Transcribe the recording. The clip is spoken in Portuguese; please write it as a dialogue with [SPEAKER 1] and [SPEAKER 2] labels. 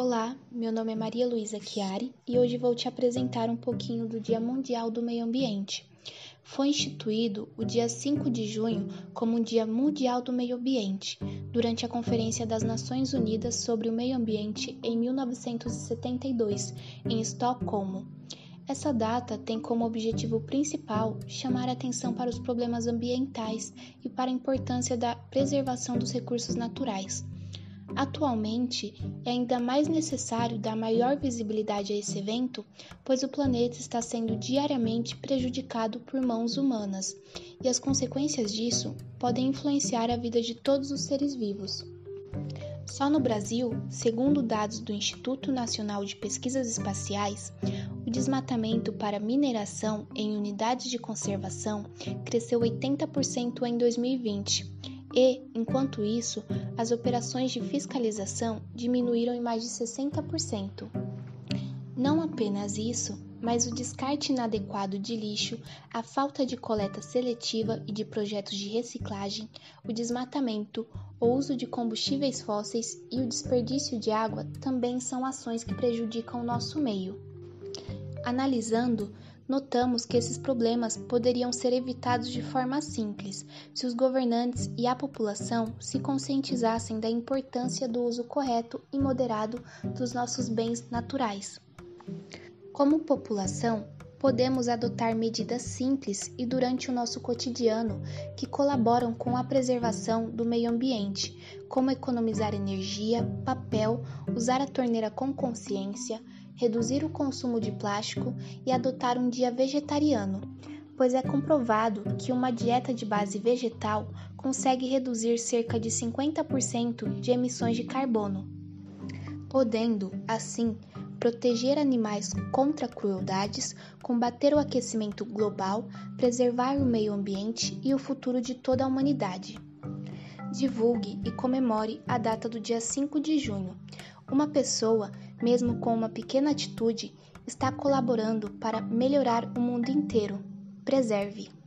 [SPEAKER 1] Olá, meu nome é Maria Luísa Chiari e hoje vou te apresentar um pouquinho do Dia Mundial do Meio Ambiente. Foi instituído o dia 5 de junho como um Dia Mundial do Meio Ambiente, durante a Conferência das Nações Unidas sobre o Meio Ambiente em 1972, em Estocolmo. Essa data tem como objetivo principal chamar a atenção para os problemas ambientais e para a importância da preservação dos recursos naturais. Atualmente, é ainda mais necessário dar maior visibilidade a esse evento, pois o planeta está sendo diariamente prejudicado por mãos humanas, e as consequências disso podem influenciar a vida de todos os seres vivos. Só no Brasil, segundo dados do Instituto Nacional de Pesquisas Espaciais, o desmatamento para mineração em unidades de conservação cresceu 80% em 2020. E, enquanto isso, as operações de fiscalização diminuíram em mais de 60%. Não apenas isso, mas o descarte inadequado de lixo, a falta de coleta seletiva e de projetos de reciclagem, o desmatamento, o uso de combustíveis fósseis e o desperdício de água também são ações que prejudicam o nosso meio. Analisando, notamos que esses problemas poderiam ser evitados de forma simples, se os governantes e a população se conscientizassem da importância do uso correto e moderado dos nossos bens naturais. Como população, podemos adotar medidas simples e durante o nosso cotidiano que colaboram com a preservação do meio ambiente, como economizar energia, papel, usar a torneira com consciência, reduzir o consumo de plástico e adotar um dia vegetariano, pois é comprovado que uma dieta de base vegetal consegue reduzir cerca de 50% de emissões de carbono, podendo, assim, proteger animais contra crueldades, combater o aquecimento global, preservar o meio ambiente e o futuro de toda a humanidade. Divulgue e comemore a data do dia 5 de junho. Uma pessoa, mesmo com uma pequena atitude, está colaborando para melhorar o mundo inteiro. Preserve!